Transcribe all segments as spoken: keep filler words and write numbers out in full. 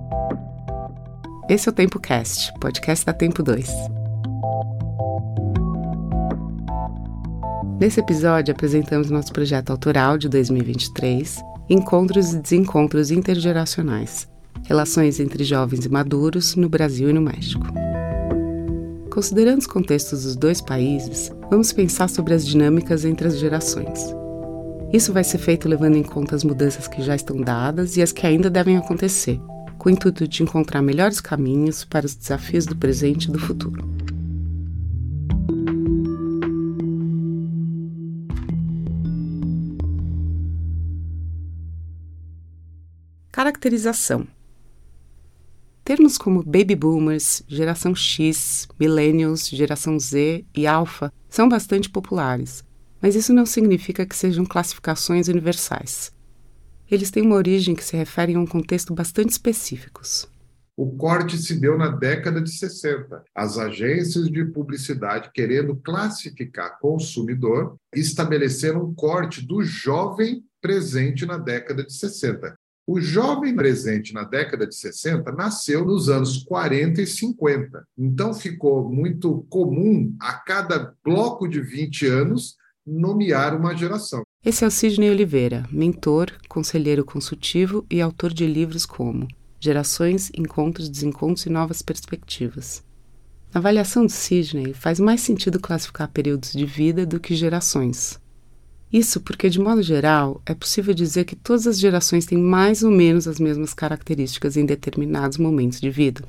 Esse é o Tempo Cast, podcast da Tempo dois. Nesse episódio, apresentamos nosso projeto autoral de dois mil e vinte e três, Encontros e Desencontros Intergeracionais, Relações entre Jovens e Maduros no Brasil e no México. Considerando os contextos dos dois países, vamos pensar sobre as dinâmicas entre as gerações. Isso vai ser feito levando em conta as mudanças que já estão dadas e as que ainda devem acontecer, com o intuito de encontrar melhores caminhos para os desafios do presente e do futuro. Caracterização. Termos como Baby Boomers, Geração X, Millennials, Geração Z e Alpha são bastante populares, mas isso não significa que sejam classificações universais. Eles têm uma origem que se refere a um contexto bastante específico. O corte se deu na década de sessenta. As agências de publicidade, querendo classificar consumidor, estabeleceram um corte do jovem presente na década de sessenta. O jovem presente na década de sessenta nasceu nos anos quarenta e cinquenta. Então ficou muito comum, a cada bloco de vinte anos, nomear uma geração. Esse é o Sidney Oliveira, mentor, conselheiro consultivo e autor de livros como Gerações, Encontros, Desencontros e Novas Perspectivas. Na avaliação de Sidney, faz mais sentido classificar períodos de vida do que gerações. Isso porque, de modo geral, é possível dizer que todas as gerações têm mais ou menos as mesmas características em determinados momentos de vida.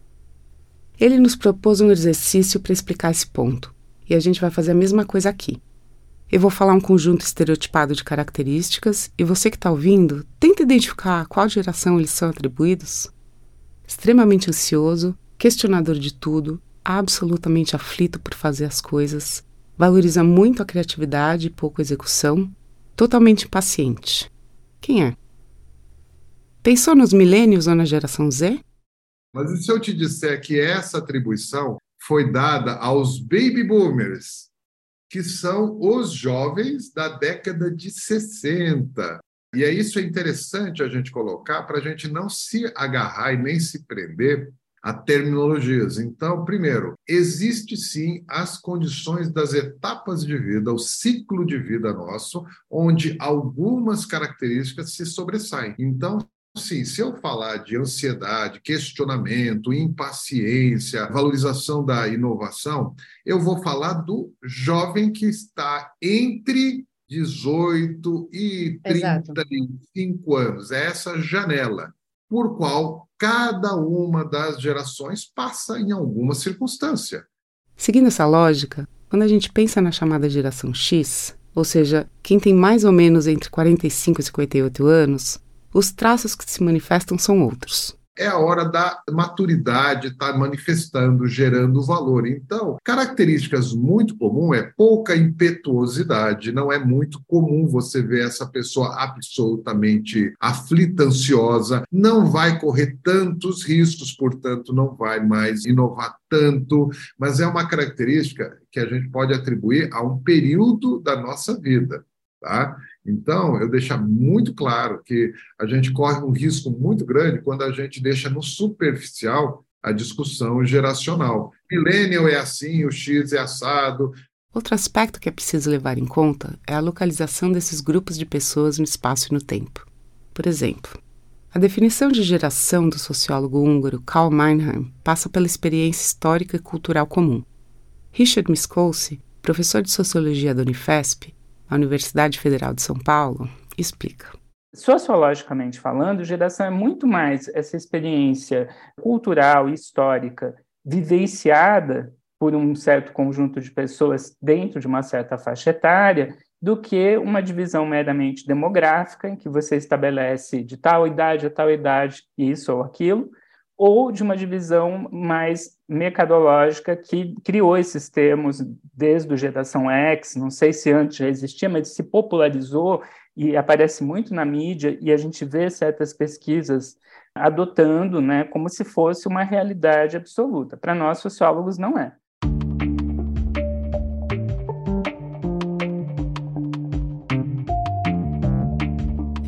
Ele nos propôs um exercício para explicar esse ponto, e a gente vai fazer a mesma coisa aqui. Eu vou falar um conjunto estereotipado de características e você que está ouvindo, tenta identificar a qual geração eles são atribuídos. Extremamente ansioso, questionador de tudo, absolutamente aflito por fazer as coisas, valoriza muito a criatividade e pouco a execução, totalmente impaciente. Quem é? Pensou nos millennials ou na geração Z? Mas e se eu te disser que essa atribuição foi dada aos baby boomers, que são os jovens da década de sessenta. E é isso é interessante a gente colocar para a gente não se agarrar e nem se prender a terminologias. Então, primeiro, existe sim as condições das etapas de vida, o ciclo de vida nosso, onde algumas características se sobressaem. Então, sim, se eu falar de ansiedade, questionamento, impaciência, valorização da inovação, eu vou falar do jovem que está entre dezoito e trinta e cinco anos. É essa janela por qual cada uma das gerações passa em alguma circunstância. Seguindo essa lógica, quando a gente pensa na chamada geração X, ou seja, quem tem mais ou menos entre quarenta e cinco e cinquenta e oito anos, os traços que se manifestam são outros. É a hora da maturidade estar tá manifestando, gerando valor. Então, características muito comuns é pouca impetuosidade. Não é muito comum você ver essa pessoa absolutamente aflita, ansiosa. Não vai correr tantos riscos, portanto, não vai mais inovar tanto. Mas é uma característica que a gente pode atribuir a um período da nossa vida, tá? Então, eu deixo muito claro que a gente corre um risco muito grande quando a gente deixa no superficial a discussão geracional. Millennial é assim, o X é assado. Outro aspecto que é preciso levar em conta é a localização desses grupos de pessoas no espaço e no tempo. Por exemplo, a definição de geração do sociólogo húngaro Karl Meinheim passa pela experiência histórica e cultural comum. Richard Miskolci, professor de sociologia da Unifesp, a Universidade Federal de São Paulo, explica. Sociologicamente falando, geração é muito mais essa experiência cultural e histórica vivenciada por um certo conjunto de pessoas dentro de uma certa faixa etária do que uma divisão meramente demográfica, em que você estabelece de tal idade a tal idade isso ou aquilo, ou de uma divisão mais mercadológica que criou esses termos desde a geração X, não sei se antes já existia, mas se popularizou e aparece muito na mídia, e a gente vê certas pesquisas adotando, né, como se fosse uma realidade absoluta. Para nós, sociólogos, não é.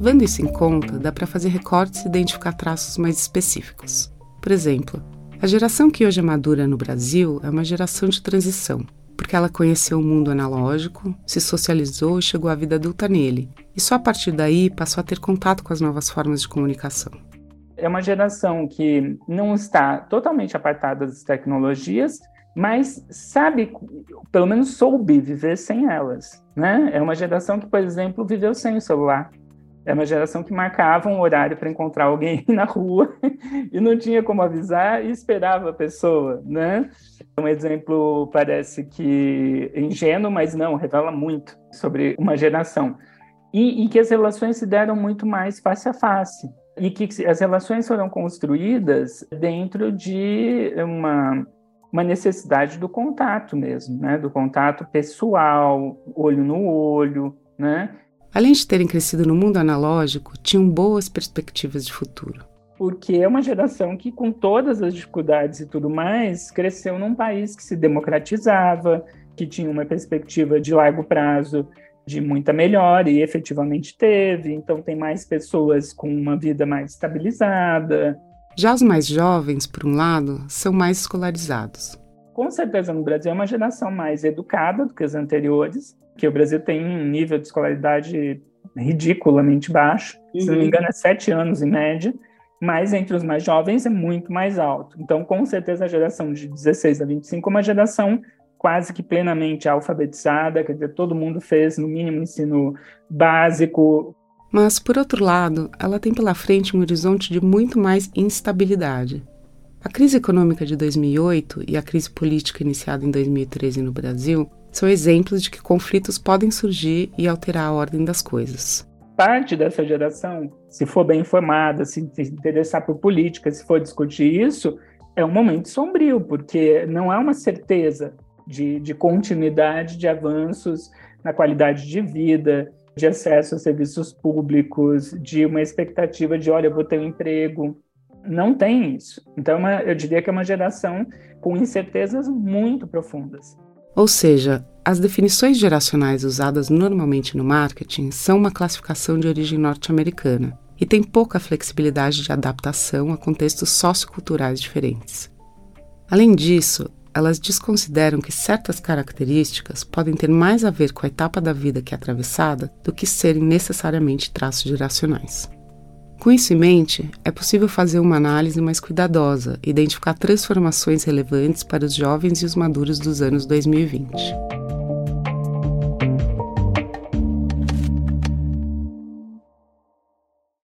Levando isso em conta, dá para fazer recortes e identificar traços mais específicos. Por exemplo, a geração que hoje é madura no Brasil é uma geração de transição, porque ela conheceu o mundo analógico, se socializou e chegou à vida adulta nele, e só a partir daí passou a ter contato com as novas formas de comunicação. É uma geração que não está totalmente apartada das tecnologias, mas sabe, pelo menos soube viver sem elas, né? É uma geração que, por exemplo, viveu sem o celular. É uma geração que marcava um horário para encontrar alguém na rua e não tinha como avisar e esperava a pessoa, né? Um exemplo parece que ingênuo, mas não, revela muito sobre uma geração. E, e que as relações se deram muito mais face a face. E que as relações foram construídas dentro de uma, uma necessidade do contato mesmo, né? Do contato pessoal, olho no olho, né? Além de terem crescido no mundo analógico, tinham boas perspectivas de futuro. Porque é uma geração que, com todas as dificuldades e tudo mais, cresceu num país que se democratizava, que tinha uma perspectiva de largo prazo de muita melhora, e efetivamente teve. Então, tem mais pessoas com uma vida mais estabilizada. Já os mais jovens, por um lado, são mais escolarizados. Com certeza, no Brasil é uma geração mais educada do que as anteriores, que o Brasil tem um nível de escolaridade ridiculamente baixo, uhum. Se não me engano é sete anos em média, mas entre os mais jovens é muito mais alto. Então, com certeza, a geração de dezesseis a vinte e cinco é uma geração quase que plenamente alfabetizada, quer dizer, todo mundo fez, no mínimo, ensino básico. Mas, por outro lado, ela tem pela frente um horizonte de muito mais instabilidade. A crise econômica de dois mil e oito e a crise política iniciada em dois mil e treze no Brasil são exemplos de que conflitos podem surgir e alterar a ordem das coisas. Parte dessa geração, se for bem informada, se interessar por política, se for discutir isso, é um momento sombrio, porque não há uma certeza de, de continuidade de avanços na qualidade de vida, de acesso a serviços públicos, de uma expectativa de, olha, eu vou ter um emprego. Não tem isso. Então, uma, eu diria que é uma geração com incertezas muito profundas. Ou seja, as definições geracionais usadas normalmente no marketing são uma classificação de origem norte-americana e tem pouca flexibilidade de adaptação a contextos socioculturais diferentes. Além disso, elas desconsideram que certas características podem ter mais a ver com a etapa da vida que é atravessada do que serem necessariamente traços geracionais. Com isso em mente, é possível fazer uma análise mais cuidadosa e identificar transformações relevantes para os jovens e os maduros dos anos dois mil e vinte.